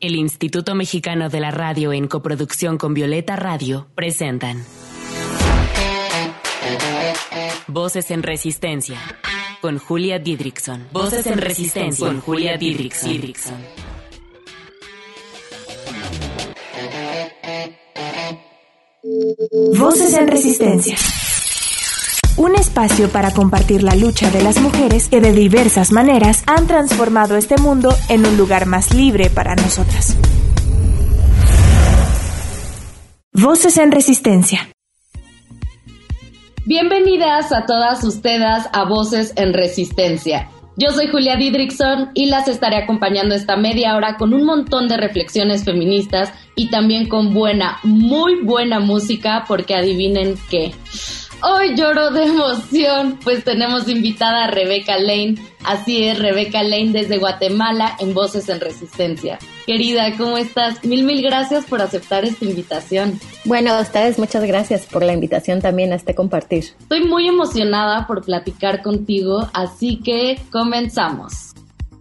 El Instituto Mexicano de la Radio, en coproducción con Violeta Radio, presentan Voces en Resistencia, con Julia Didrikson. Voces en Resistencia, con Julia Didrikson. Voces en Resistencia. Un espacio para compartir la lucha de las mujeres que de diversas maneras han transformado este mundo en un lugar más libre para nosotras. Voces en Resistencia. Bienvenidas a todas ustedes a Voces en Resistencia. Yo soy Julia Didrikson y las estaré acompañando esta media hora con un montón de reflexiones feministas y también con muy buena música, porque adivinen qué. Hoy lloro de emoción, pues tenemos invitada a Rebeca Lane. Así es, Rebeca Lane desde Guatemala en Voces en Resistencia. Querida, ¿cómo estás? Mil gracias por aceptar esta invitación. Bueno, a ustedes muchas gracias por la invitación también a este compartir. Estoy muy emocionada por platicar contigo, así que comenzamos.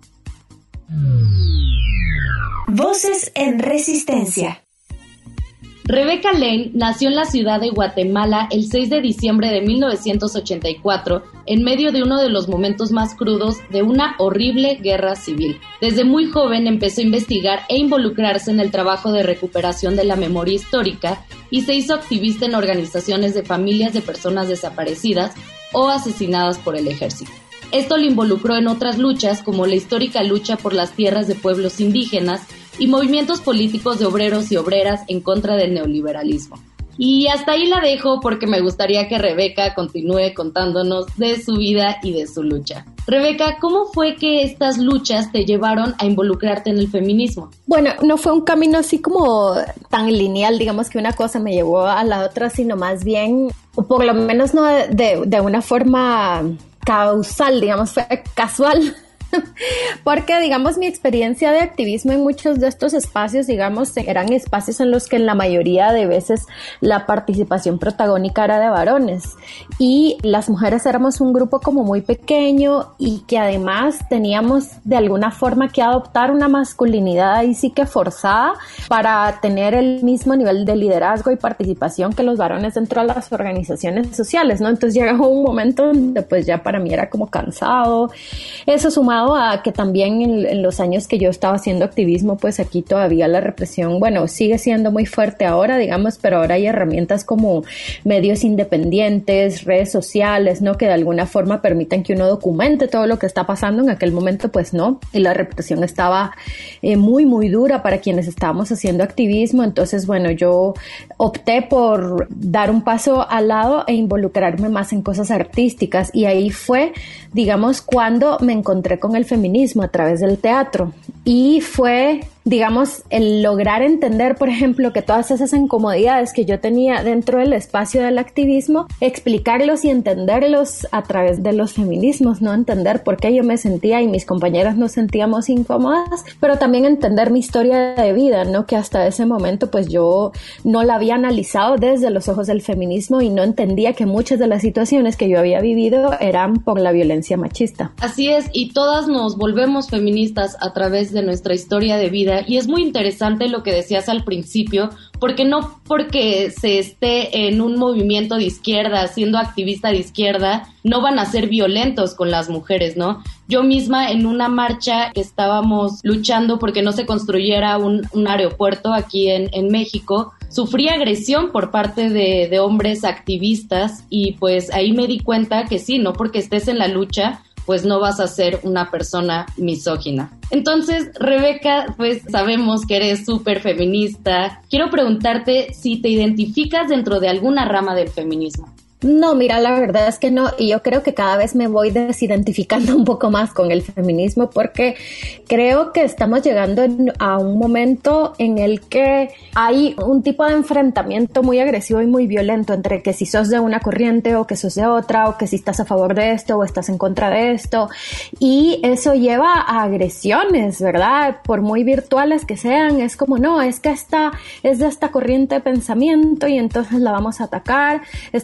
Voces en Resistencia. Rebeca Lane nació en la ciudad de Guatemala el 6 de diciembre de 1984, en medio de uno de los momentos más crudos de una horrible guerra civil. Desde muy joven empezó a investigar e involucrarse en el trabajo de recuperación de la memoria histórica y se hizo activista en organizaciones de familias de personas desaparecidas o asesinadas por el ejército. Esto lo involucró en otras luchas, como la histórica lucha por las tierras de pueblos indígenas y movimientos políticos de obreros y obreras en contra del neoliberalismo. Y hasta ahí la dejo porque me gustaría que Rebeca continúe contándonos de su vida y de su lucha. Rebeca, ¿cómo fue que estas luchas te llevaron a involucrarte en el feminismo? Bueno, no fue un camino así como tan lineal, digamos que una cosa me llevó a la otra, sino más bien, o por lo menos no de una forma causal, digamos, fue casual. Porque, digamos, mi experiencia de activismo en muchos de estos espacios, digamos, eran espacios en los que en la mayoría de veces la participación protagónica era de varones y las mujeres éramos un grupo como muy pequeño y que además teníamos de alguna forma que adoptar una masculinidad ahí sí que forzada para tener el mismo nivel de liderazgo y participación que los varones dentro de las organizaciones sociales, ¿no? Entonces llegó un momento donde pues ya para mí era como cansado. Eso sumado a que también en los años que yo estaba haciendo activismo, pues aquí todavía la represión, bueno, sigue siendo muy fuerte ahora, digamos, pero ahora hay herramientas como medios independientes, redes sociales, ¿no? Que de alguna forma permiten que uno documente todo lo que está pasando. En aquel momento, pues no, y la represión estaba muy dura para quienes estábamos haciendo activismo. Entonces, bueno, yo opté por dar un paso al lado e involucrarme más en cosas artísticas y ahí fue, digamos, cuando me encontré con el feminismo a través del teatro y fue, digamos, el lograr entender, por ejemplo, que todas esas incomodidades que yo tenía dentro del espacio del activismo, explicarlos y entenderlos a través de los feminismos, no entender por qué yo me sentía y mis compañeras nos sentíamos incómodas, pero también entender mi historia de vida, ¿no? Que hasta ese momento pues yo no la había analizado desde los ojos del feminismo y no entendía que muchas de las situaciones que yo había vivido eran por la violencia machista. Así es, y todas nos volvemos feministas a través de nuestra historia de vida. Y es muy interesante lo que decías al principio, porque no porque se esté en un movimiento de izquierda, siendo activista de izquierda, no van a ser violentos con las mujeres, ¿no? Yo misma en una marcha que estábamos luchando porque no se construyera un aeropuerto aquí en México, sufrí agresión por parte de hombres activistas y pues ahí me di cuenta que sí, no porque estés en la lucha, pues no vas a ser una persona misógina. Entonces, Rebeca, pues sabemos que eres súper feminista. Quiero preguntarte si te identificas dentro de alguna rama del feminismo. No, mira, la verdad es que no, y yo creo que cada vez me voy desidentificando un poco más con el feminismo porque creo que estamos llegando a un momento en el que hay un tipo de enfrentamiento muy agresivo y muy violento entre que si sos de una corriente o que sos de otra, o que si estás a favor de esto o estás en contra de esto, y eso lleva a agresiones, ¿verdad? Por muy virtuales que sean, es como, no, es que esta es de esta corriente de pensamiento y entonces la vamos a atacar, estamos en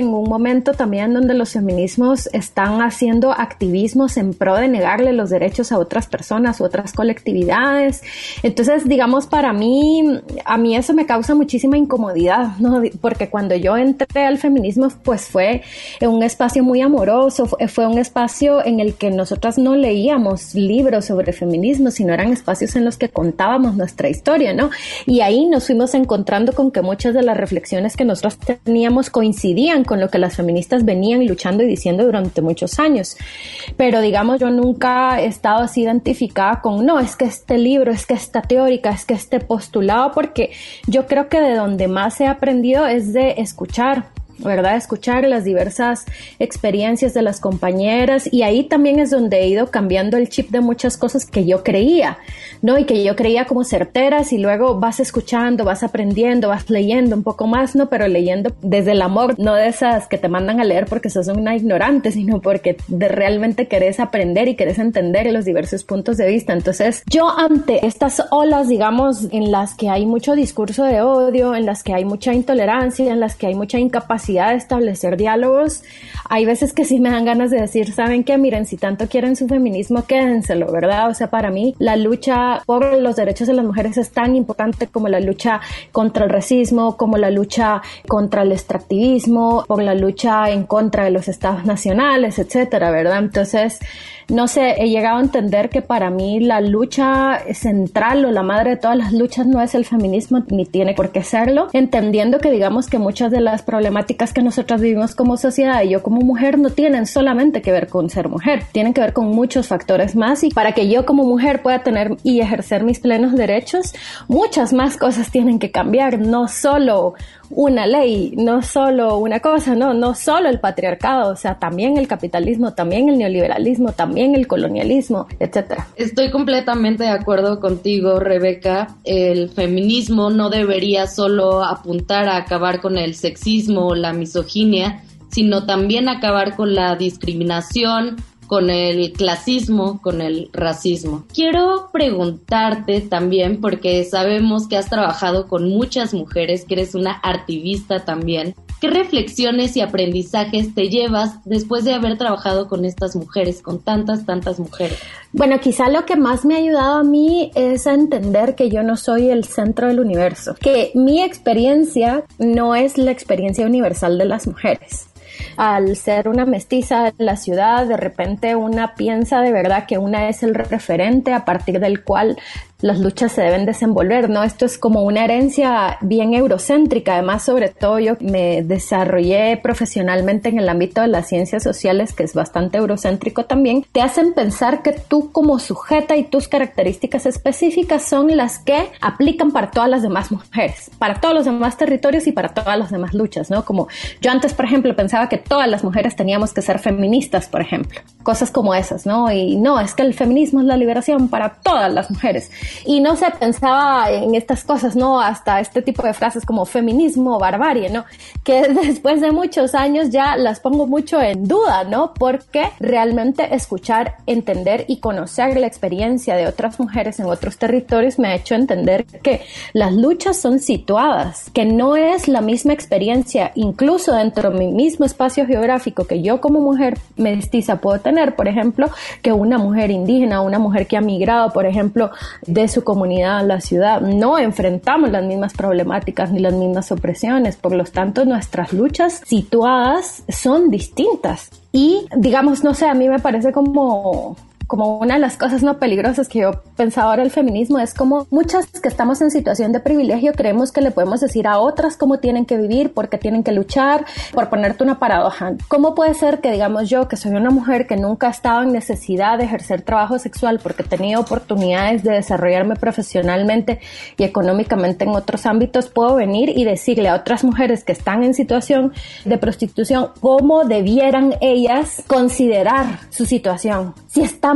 en un momento también donde los feminismos están haciendo activismos en pro de negarle los derechos a otras personas u otras colectividades. Entonces, digamos, a mí eso me causa muchísima incomodidad, ¿no? Porque cuando yo entré al feminismo, pues fue en un espacio muy amoroso, fue un espacio en el que nosotras no leíamos libros sobre feminismo, sino eran espacios en los que contábamos nuestra historia, ¿no? Y ahí nos fuimos encontrando con que muchas de las reflexiones que nosotros teníamos coincidían con lo que las feministas venían luchando y diciendo durante muchos años. Pero digamos, yo nunca he estado así identificada con, no, es que este libro, es que esta teórica, es que este postulado, porque yo creo que de donde más he aprendido es de escuchar, ¿verdad? Escuchar las diversas experiencias de las compañeras, y ahí también es donde he ido cambiando el chip de muchas cosas que yo creía, ¿no? Y que yo creía como certeras, y luego vas escuchando, vas aprendiendo, vas leyendo un poco más, ¿no? Pero leyendo desde el amor, no de esas que te mandan a leer porque sos una ignorante, sino porque realmente querés aprender y querés entender los diversos puntos de vista. Entonces, yo ante estas olas, digamos, en las que hay mucho discurso de odio, en las que hay mucha intolerancia, en las que hay mucha incapacidad de establecer diálogos, hay veces que sí me dan ganas de decir, ¿saben qué? Miren, si tanto quieren su feminismo, quédenselo, ¿verdad? O sea, para mí la lucha por los derechos de las mujeres es tan importante como la lucha contra el racismo, como la lucha contra el extractivismo, por la lucha en contra de los estados nacionales, etcétera, ¿verdad? Entonces, no sé, he llegado a entender que para mí la lucha central o la madre de todas las luchas no es el feminismo, ni tiene por qué serlo, entendiendo que digamos que muchas de las problemáticas que nosotras vivimos como sociedad y yo como mujer no tienen solamente que ver con ser mujer, tienen que ver con muchos factores más, y para que yo como mujer pueda tener y ejercer mis plenos derechos, muchas más cosas tienen que cambiar, no solo una ley, no solo una cosa, no solo el patriarcado, o sea, también el capitalismo, también el neoliberalismo, también el colonialismo, etcétera. Estoy completamente de acuerdo contigo, Rebeca. El feminismo no debería solo apuntar a acabar con el sexismo o la misoginia, sino también acabar con la discriminación, con el clasismo, con el racismo. Quiero preguntarte también, porque sabemos que has trabajado con muchas mujeres, que eres una activista también, ¿qué reflexiones y aprendizajes te llevas después de haber trabajado con estas mujeres, con tantas mujeres? Bueno, quizá lo que más me ha ayudado a mí es a entender que yo no soy el centro del universo, que mi experiencia no es la experiencia universal de las mujeres. Al ser una mestiza en la ciudad, de repente una piensa de verdad que una es el referente a partir del cual las luchas se deben desenvolver, ¿no? Esto es como una herencia bien eurocéntrica. Además, sobre todo yo me desarrollé profesionalmente en el ámbito de las ciencias sociales, que es bastante eurocéntrico también. Te hacen pensar que tú como sujeta y tus características específicas son las que aplican para todas las demás mujeres, para todos los demás territorios y para todas las demás luchas, ¿no? Como yo antes, por ejemplo, pensaba que todas las mujeres teníamos que ser feministas, por ejemplo. Cosas como esas, ¿no? Y no, es que el feminismo es la liberación para todas las mujeres. Y no se pensaba en estas cosas, ¿no? Hasta este tipo de frases como feminismo, barbarie, ¿no? Que después de muchos años ya las pongo mucho en duda, ¿no? Porque realmente escuchar, entender y conocer la experiencia de otras mujeres en otros territorios me ha hecho entender que las luchas son situadas, que no es la misma experiencia, incluso dentro de mi mismo espacio geográfico que yo como mujer mestiza puedo tener, por ejemplo, que una mujer indígena, una mujer que ha migrado, por ejemplo, de su comunidad a la ciudad. No enfrentamos las mismas problemáticas ni las mismas opresiones, por lo tanto nuestras luchas situadas son distintas. Y digamos, no sé, a mí me parece como una de las cosas no peligrosas que yo pensaba ahora el feminismo es como muchas que estamos en situación de privilegio creemos que le podemos decir a otras cómo tienen que vivir, por qué tienen que luchar. Por ponerte una paradoja, ¿cómo puede ser que digamos yo que soy una mujer que nunca ha estado en necesidad de ejercer trabajo sexual porque he tenido oportunidades de desarrollarme profesionalmente y económicamente en otros ámbitos, puedo venir y decirle a otras mujeres que están en situación de prostitución cómo debieran ellas considerar su situación? Si están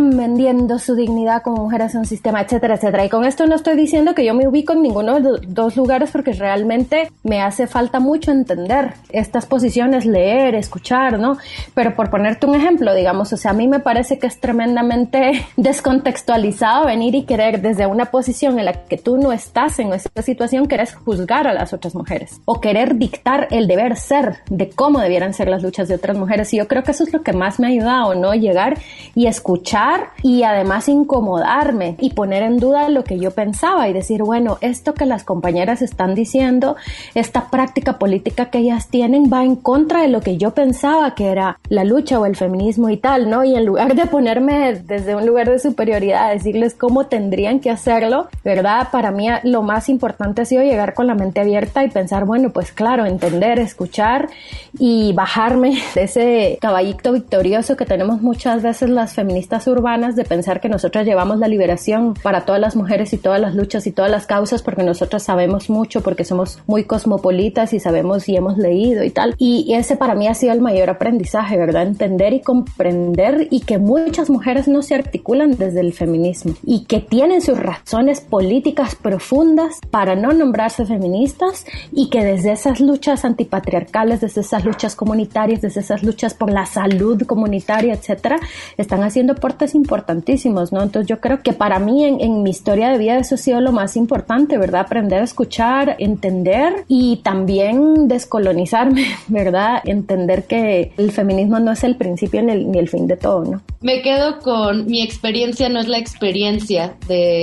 están vendiendo su dignidad como mujeres en un sistema, etcétera, etcétera. Y con esto no estoy diciendo que yo me ubico en ninguno de los dos lugares, porque realmente me hace falta mucho entender estas posiciones, leer, escuchar, ¿no? Pero por ponerte un ejemplo, digamos, o sea, a mí me parece que es tremendamente descontextualizado venir y querer desde una posición en la que tú no estás en esa situación, querés juzgar a las otras mujeres o querer dictar el deber ser de cómo debieran ser las luchas de otras mujeres. Y yo creo que eso es lo que más me ha ayudado, ¿no? Llegar y escuchar y además incomodarme y poner en duda lo que yo pensaba y decir, bueno, esto que las compañeras están diciendo, esta práctica política que ellas tienen va en contra de lo que yo pensaba que era la lucha o el feminismo y tal, ¿no? Y en lugar de ponerme desde un lugar de superioridad, decirles cómo tendrían que hacerlo, ¿verdad? Para mí lo más importante ha sido llegar con la mente abierta y pensar, bueno, pues claro, entender, escuchar y bajarme de ese caballito victorioso que tenemos muchas veces las feministas urbanas de pensar que nosotras llevamos la liberación para todas las mujeres y todas las luchas y todas las causas porque nosotras sabemos mucho, porque somos muy cosmopolitas y sabemos y hemos leído y tal. Y ese para mí ha sido el mayor aprendizaje, ¿verdad? Entender y comprender y que muchas mujeres no se articulan desde el feminismo y que tienen sus razones políticas profundas para no nombrarse feministas y que desde esas luchas antipatriarcales, desde esas luchas comunitarias, desde esas luchas por la salud comunitaria, etcétera, están haciendo aportes importantísimos, ¿no? Entonces yo creo que para mí en mi historia de vida eso ha sido lo más importante, ¿verdad? Aprender a escuchar, entender y también descolonizarme, ¿verdad? Entender que el feminismo no es el principio ni el fin de todo, ¿no? Me quedo con mi experiencia no es la experiencia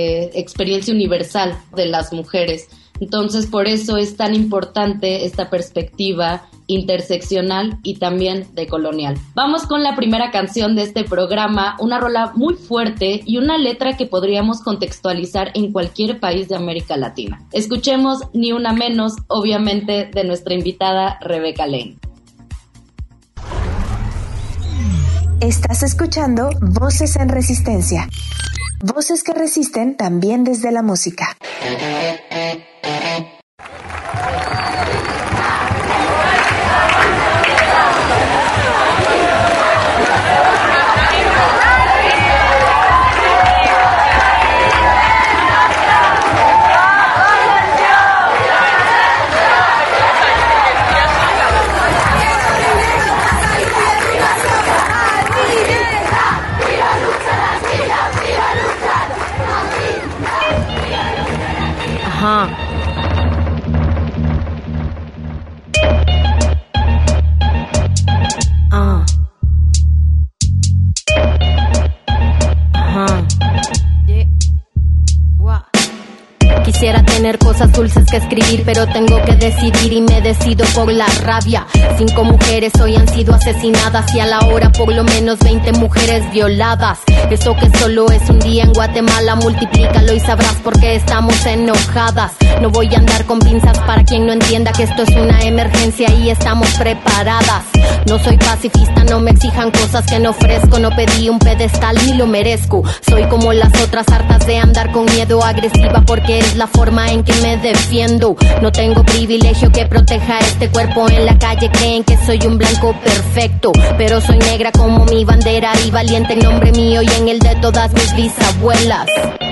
universal de las mujeres. Entonces, por eso es tan importante esta perspectiva interseccional y también decolonial. Vamos con la primera canción de este programa, una rola muy fuerte y una letra que podríamos contextualizar en cualquier país de América Latina. Escuchemos Ni Una Menos, obviamente de nuestra invitada Rebeca Lane. Estás escuchando Voces en Resistencia. Voces que resisten también desde la música. Ajá. Ajá. Quisiera tener cosas dulces que escribir, pero tengo que decidir y me decido por la rabia. 5 mujeres hoy han sido asesinadas y a la hora por lo menos 20 mujeres violadas. Eso que solo es un día en Guatemala, multiplícalo y sabrás por qué estamos enojadas. No voy a andar con pinzas para quien no entienda que esto es una emergencia y estamos preparadas. No soy pacifista, no me exijan cosas que no ofrezco. No pedí un pedestal ni lo merezco. Soy como las otras, hartas de andar con miedo, agresiva porque es la forma en que me defiendo. No tengo privilegio que proteja este cuerpo. En la calle creen que soy un blanco perfecto, pero soy negra como mi bandera y valiente en nombre mío y en el de todas mis bisabuelas.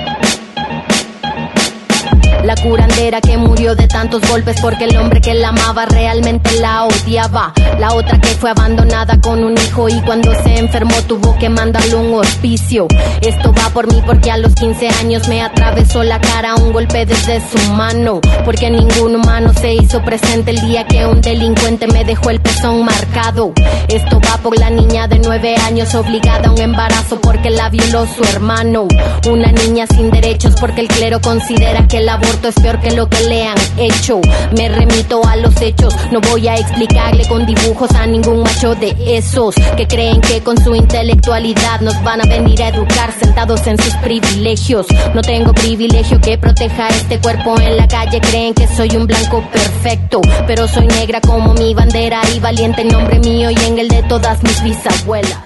La curandera que murió de tantos golpes porque el hombre que la amaba realmente la odiaba. La otra que fue abandonada con un hijo y cuando se enfermó tuvo que mandarle un hospicio. Esto va por mí porque a los 15 años me atravesó la cara un golpe desde su mano. Porque ningún humano se hizo presente el día que un delincuente me dejó el pezón marcado. Esto va por la niña de 9 años obligada a un embarazo porque la violó su hermano. Una niña sin derechos porque el clero considera que el aborto es peor que lo que le han hecho. Me remito a los hechos, no voy a explicarle con dibujos a ningún macho de esos que creen que con su intelectualidad nos van a venir a educar sentados en sus privilegios. No tengo privilegio que proteja este cuerpo. En la calle creen que soy un blanco perfecto, pero soy negra como mi bandera y valiente en nombre mío y en el de todas mis bisabuelas.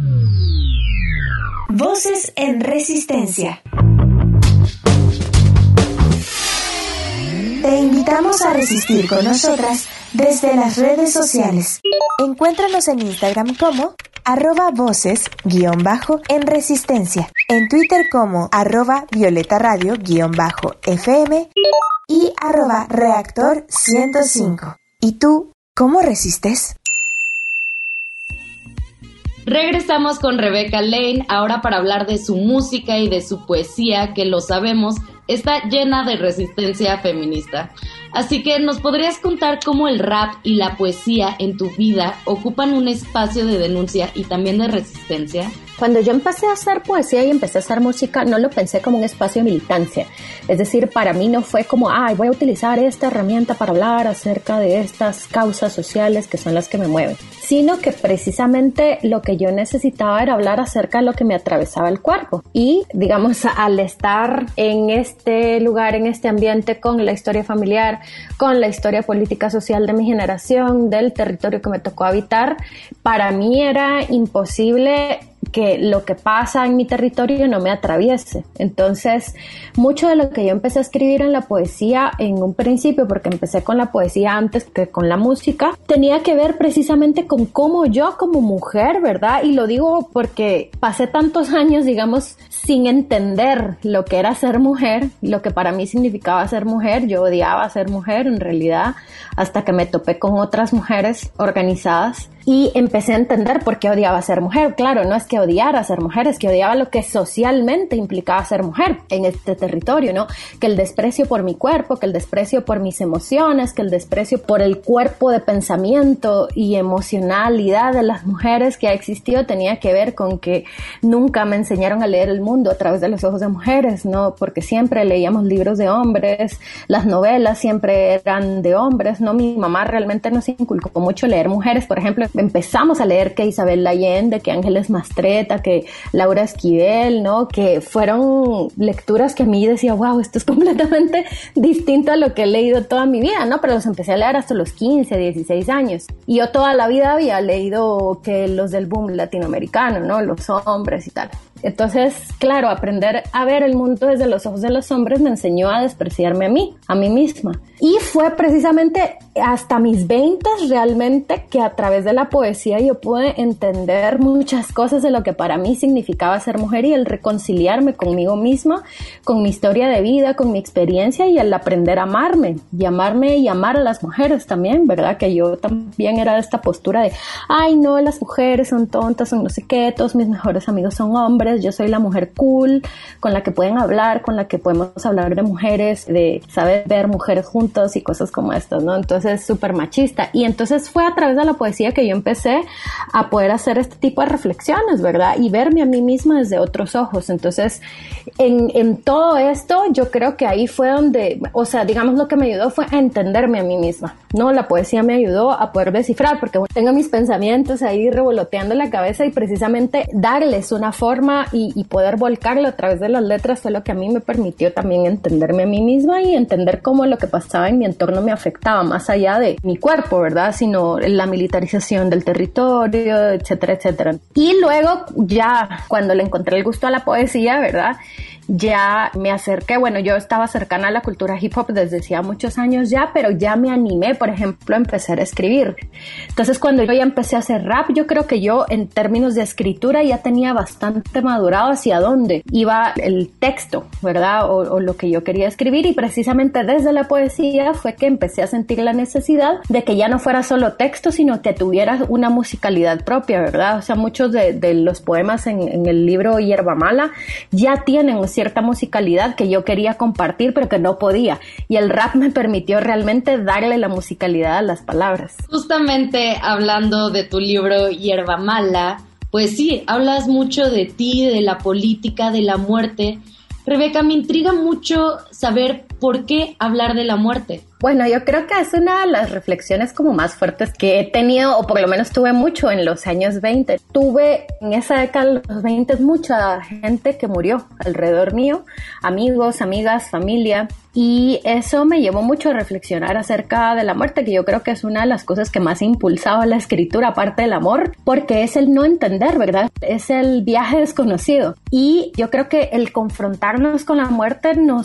Voces en Resistencia. Te invitamos a resistir con nosotras desde las redes sociales. Encuéntranos en Instagram como @voces_en Resistencia, en Twitter como @violetaradio_FM y @reactor105. ¿Y tú, cómo resistes? Regresamos con Rebecca Lane, ahora para hablar de su música y de su poesía, que lo sabemos, está llena de resistencia feminista. Así que, ¿nos podrías contar cómo el rap y la poesía en tu vida ocupan un espacio de denuncia y también de resistencia? Cuando yo empecé a hacer poesía y empecé a hacer música, no lo pensé como un espacio de militancia. Es decir, para mí no fue como, voy a utilizar esta herramienta para hablar acerca de estas causas sociales que son las que me mueven. Sino que precisamente lo que yo necesitaba era hablar acerca de lo que me atravesaba el cuerpo. Y, digamos, al estar en este lugar, en este ambiente, con la historia familiar, con la historia política social de mi generación, del territorio que me tocó habitar, para mí era imposible que lo que pasa en mi territorio no me atraviese. Entonces, mucho de lo que yo empecé a escribir en la poesía en un principio, porque empecé con la poesía antes que con la música, tenía que ver precisamente con cómo yo como mujer, ¿verdad? Y lo digo porque pasé tantos años, digamos, sin entender lo que era ser mujer, lo que para mí significaba ser mujer. Yo odiaba ser mujer en realidad, hasta que me topé con otras mujeres organizadas y empecé a entender por qué odiaba ser mujer. Claro, no es que odiara ser mujer, es que odiaba lo que socialmente implicaba ser mujer en este territorio, ¿no? Que el desprecio por mi cuerpo, que el desprecio por mis emociones, que el desprecio por el cuerpo de pensamiento y emocionalidad de las mujeres que ha existido tenía que ver con que nunca me enseñaron a leer el mundo a través de los ojos de mujeres, ¿no? Porque siempre leíamos libros de hombres, las novelas siempre eran de hombres, ¿no? Mi mamá realmente nos inculcó mucho leer mujeres. Por ejemplo, empezamos a leer que Isabel Allende, que Ángeles Mastretta, que Laura Esquivel, ¿no? Que fueron lecturas que a mí decía, wow, esto es completamente distinto a lo que he leído toda mi vida, ¿no? Pero los empecé a leer hasta los 15, 16 años. Y yo toda la vida había leído que los del boom latinoamericano, ¿no? Los hombres y tal. Entonces, claro, aprender a ver el mundo desde los ojos de los hombres me enseñó a despreciarme a mí misma. Y fue precisamente hasta mis 20s realmente que a través de la poesía yo pude entender muchas cosas de lo que para mí significaba ser mujer y el reconciliarme conmigo misma, con mi historia de vida, con mi experiencia y el aprender a amarme y amar a las mujeres también, ¿verdad? Que yo también era de esta postura de, ay no, las mujeres son tontas, son no sé qué, todos mis mejores amigos son hombres, yo soy la mujer cool, con la que pueden hablar, con la que podemos hablar de mujeres, de saber ver mujeres juntos y cosas como estas, ¿no? Entonces, súper machista. Y entonces fue a través de la poesía que yo empecé a poder hacer este tipo de reflexiones, ¿verdad? Y verme a mí misma desde otros ojos. Entonces, en todo esto, yo creo que ahí fue donde, o sea, digamos, lo que me ayudó fue a entenderme a mí misma, ¿no? La poesía me ayudó a poder descifrar, porque tengo mis pensamientos ahí revoloteando en la cabeza y precisamente darles una forma y poder volcarlo a través de las letras fue lo que a mí me permitió también entenderme a mí misma y entender cómo lo que pasaba en mi entorno me afectaba más allá de mi cuerpo, ¿verdad? Sino la militarización del territorio, etcétera, etcétera. Y luego ya cuando le encontré el gusto a la poesía, ¿verdad? Ya me acerqué, bueno, yo estaba cercana a la cultura hip hop desde hacía muchos años ya, pero ya me animé, por ejemplo, a empezar a escribir. Entonces, cuando yo ya empecé a hacer rap, yo creo que yo en términos de escritura ya tenía bastante madurado hacia dónde iba el texto, ¿verdad? O lo que yo quería escribir, y precisamente desde la poesía fue que empecé a sentir la necesidad de que ya no fuera solo texto, sino que tuviera una musicalidad propia, ¿verdad? O sea, muchos de los poemas en el libro Hierba Mala ya tienen cierta musicalidad que yo quería compartir pero que no podía, y el rap me permitió realmente darle la musicalidad a las palabras. Justamente hablando de tu libro Hierba Mala, pues sí, hablas mucho de ti, de la política, de la muerte. Rebeca, me intriga mucho saber por qué hablar de la muerte. Bueno, yo creo que es una de las reflexiones como más fuertes que he tenido, o por lo menos tuve mucho en los años 20. Tuve en esa década, los 20, mucha gente que murió alrededor mío, amigos, amigas, familia, y eso me llevó mucho a reflexionar acerca de la muerte, que yo creo que es una de las cosas que más ha impulsado la escritura, aparte del amor, porque es el no entender, ¿verdad? Es el viaje desconocido. Y yo creo que el confrontarnos con la muerte nos obliga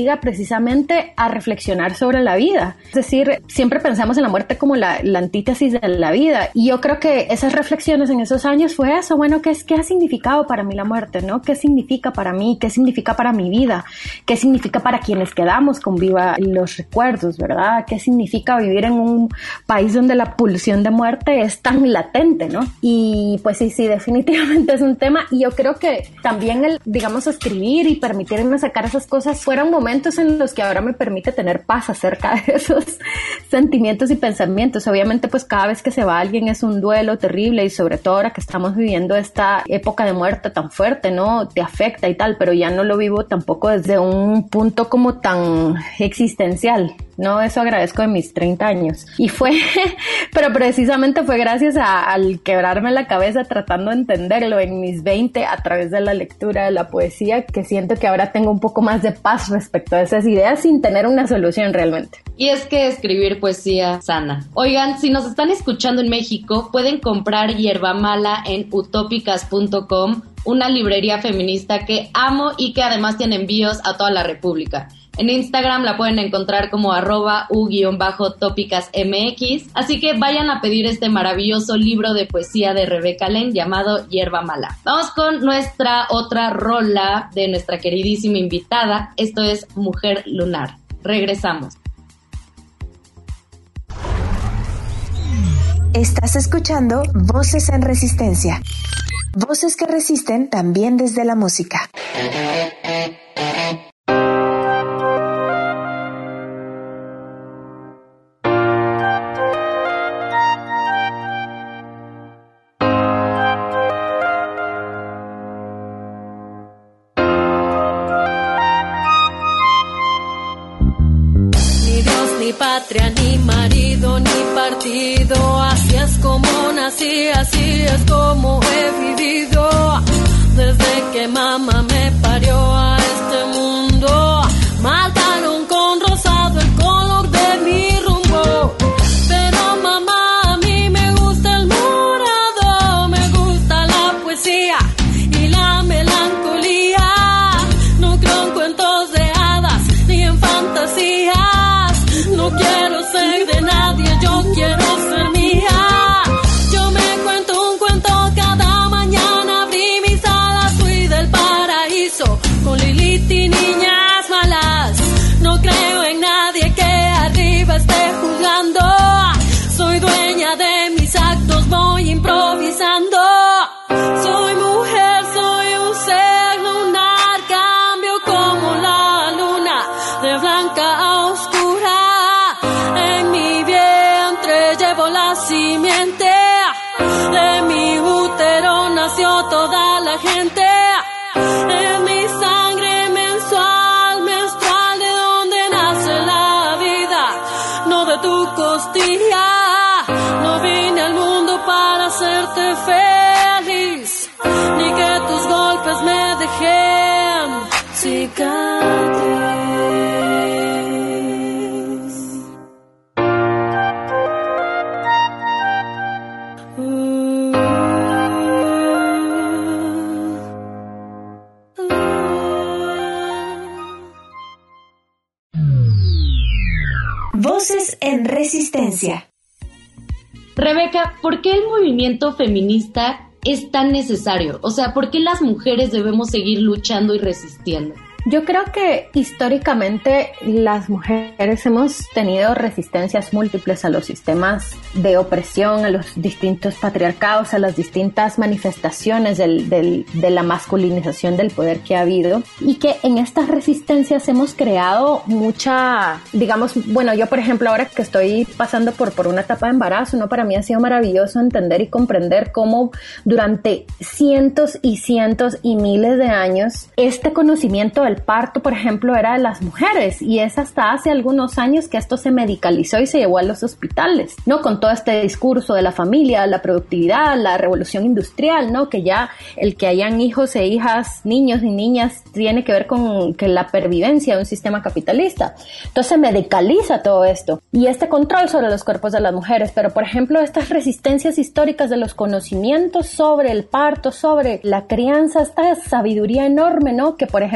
obliga precisamente a reflexionar sobre la vida. Es decir, siempre pensamos en la muerte como la antítesis de la vida. Y yo creo que esas reflexiones en esos años fue eso. Bueno, ¿qué ha significado para mí la muerte, ¿no? ¿Qué significa para mí? ¿Qué significa para mi vida? ¿Qué significa para quienes quedamos con viva los recuerdos, verdad? ¿Qué significa vivir en un país donde la pulsión de muerte es tan latente, ¿no? Y pues sí, definitivamente es un tema. Y yo creo que también digamos, escribir y permitirme sacar esas cosas fueron momentos en los que ahora me permite tener paz acerca de esos sentimientos y pensamientos. Obviamente, pues cada vez que se va alguien es un duelo terrible, y sobre todo ahora que estamos viviendo esta época de muerte tan fuerte, ¿no? Te afecta y tal, pero ya no lo vivo tampoco desde un punto como tan existencial, ¿no? Eso agradezco de mis 30 años. Y pero precisamente fue gracias al quebrarme la cabeza tratando de entenderlo en mis 20 a través de la lectura de la poesía, que siento que ahora tengo un poco más de paz respecto a esas ideas sin tener una solución realmente. Y es que escribir poesía sana. Oigan, si nos están escuchando en México, pueden comprar Hierba Mala en utopicas.com, una librería feminista que amo y que además tiene envíos a toda la República. En Instagram la pueden encontrar como @u_tópicasmx, así que vayan a pedir este maravilloso libro de poesía de Rebeca Lane llamado Hierba Mala. Vamos con nuestra otra rola de nuestra queridísima invitada. Esto es Mujer Lunar. Regresamos. Estás escuchando Voces en Resistencia. Voces que resisten también desde la música. Ni patria, ni marido, ni partido. Así es como nací, así es como he vivido. Desde que mamá me parió a este mundo, mataron con rosado el color de mi rumbo. Pero mamá, a mí me gusta el morado, me gusta la poesía y la melancolía. No creo en cuentos de hadas ni en fantasías. No quiero ser de nadie, yo quiero ser mía. Yo me cuento un cuento cada mañana, abrí mis alas, fui del paraíso con Lilith y niñas malas. No creo en nadie que arriba esté juzgando. Soy dueña de mis actos, voy improvisando. Soy mujer, soy un ser lunar, cambio como la luna de blanca a oscura. La simiente de mi útero nació toda la gente. En mi sangre menstrual, de donde nace la vida, no de tu costilla. No vine al mundo para hacerte feliz, ni que tus golpes me dejen cicatriz. Voces en Resistencia. Rebeca, ¿por qué el movimiento feminista es tan necesario? O sea, ¿por qué las mujeres debemos seguir luchando y resistiendo? Yo creo que históricamente las mujeres hemos tenido resistencias múltiples a los sistemas de opresión, a los distintos patriarcados, a las distintas manifestaciones de la masculinización del poder que ha habido, y que en estas resistencias hemos creado mucha, digamos, bueno, yo por ejemplo ahora que estoy pasando por una etapa de embarazo, ¿no? Para mí ha sido maravilloso entender y comprender cómo durante cientos y cientos y miles de años este conocimiento del parto, por ejemplo, era de las mujeres, y es hasta hace algunos años que esto se medicalizó y se llevó a los hospitales, ¿no? Con todo este discurso de la familia, la productividad, la revolución industrial, ¿no? Que ya el que hayan hijos e hijas, niños y niñas, tiene que ver con que la pervivencia de un sistema capitalista. Entonces se medicaliza todo esto y este control sobre los cuerpos de las mujeres, pero por ejemplo estas resistencias históricas de los conocimientos sobre el parto, sobre la crianza, esta sabiduría enorme, ¿no? Que por ejemplo ahora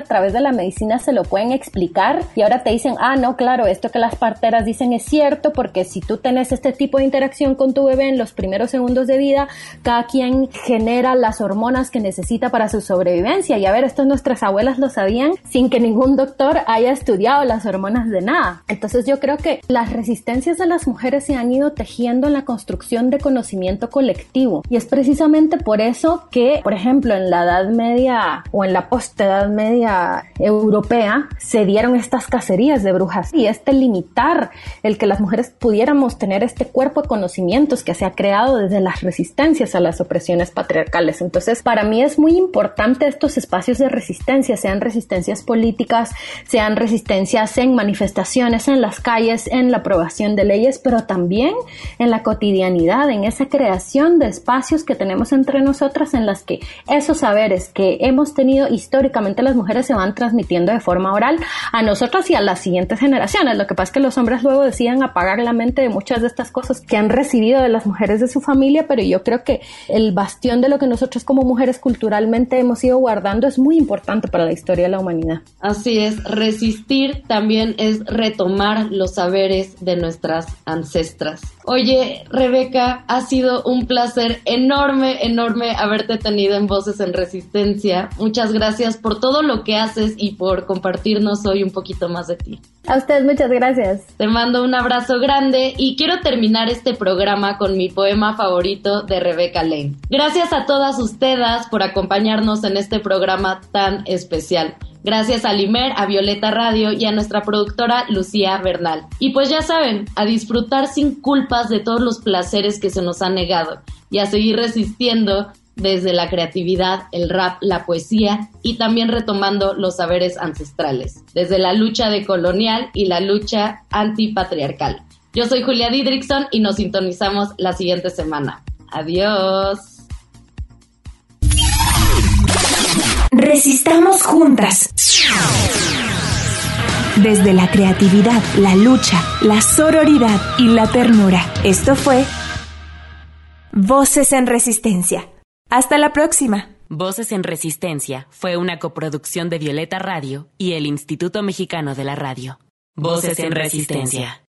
través de la medicina se lo pueden explicar y ahora te dicen, no, claro, esto que las parteras dicen es cierto porque si tú tenés este tipo de interacción con tu bebé en los primeros segundos de vida, cada quien genera las hormonas que necesita para su sobrevivencia. Y a ver, esto nuestras abuelas lo sabían sin que ningún doctor haya estudiado las hormonas de nada. Entonces yo creo que las resistencias de las mujeres se han ido tejiendo en la construcción de conocimiento colectivo y es precisamente por eso que, por ejemplo, en la Edad Media o en la post-Edad Media europea se dieron estas cacerías de brujas y limitar el que las mujeres pudiéramos tener este cuerpo de conocimientos que se ha creado desde las resistencias a las opresiones patriarcales. Entonces, para mí es muy importante estos espacios de resistencia, sean resistencias políticas, sean resistencias en manifestaciones, en las calles, en la aprobación de leyes, pero también en la cotidianidad, en esa creación de espacios que tenemos entre nosotras en las que esos saberes que hemos tenido históricamente las mujeres se van transmitiendo de forma oral a nosotras y a las siguientes generaciones. Lo que pasa es que los hombres luego deciden apagar la mente de muchas de estas cosas que han recibido de las mujeres de su familia, pero yo creo que el bastión de lo que nosotros como mujeres culturalmente hemos ido guardando es muy importante para la historia de la humanidad. Así es, resistir también es retomar los saberes de nuestras ancestras. Oye, Rebeca, ha sido un placer enorme haberte tenido en Voces en Resistencia. Muchas gracias por todo lo que haces y por compartirnos hoy un poquito más de ti. A ustedes muchas gracias. Te mando un abrazo grande y quiero terminar este programa con mi poema favorito de Rebecca Lane. Gracias a todas ustedes por acompañarnos en este programa tan especial. Gracias a Limer, a Violeta Radio y a nuestra productora Lucía Bernal. Y pues ya saben, a disfrutar sin culpas de todos los placeres que se nos han negado y a seguir resistiendo desde la creatividad, el rap, la poesía y también retomando los saberes ancestrales, desde la lucha decolonial y la lucha antipatriarcal. Yo soy Julia Didrikson y nos sintonizamos la siguiente semana. Adiós. Resistamos juntas. Desde la creatividad, la lucha, la sororidad y la ternura. Esto fue Voces en Resistencia. Hasta la próxima. Voces en Resistencia fue una coproducción de Violeta Radio y el Instituto Mexicano de la Radio. Voces en Resistencia.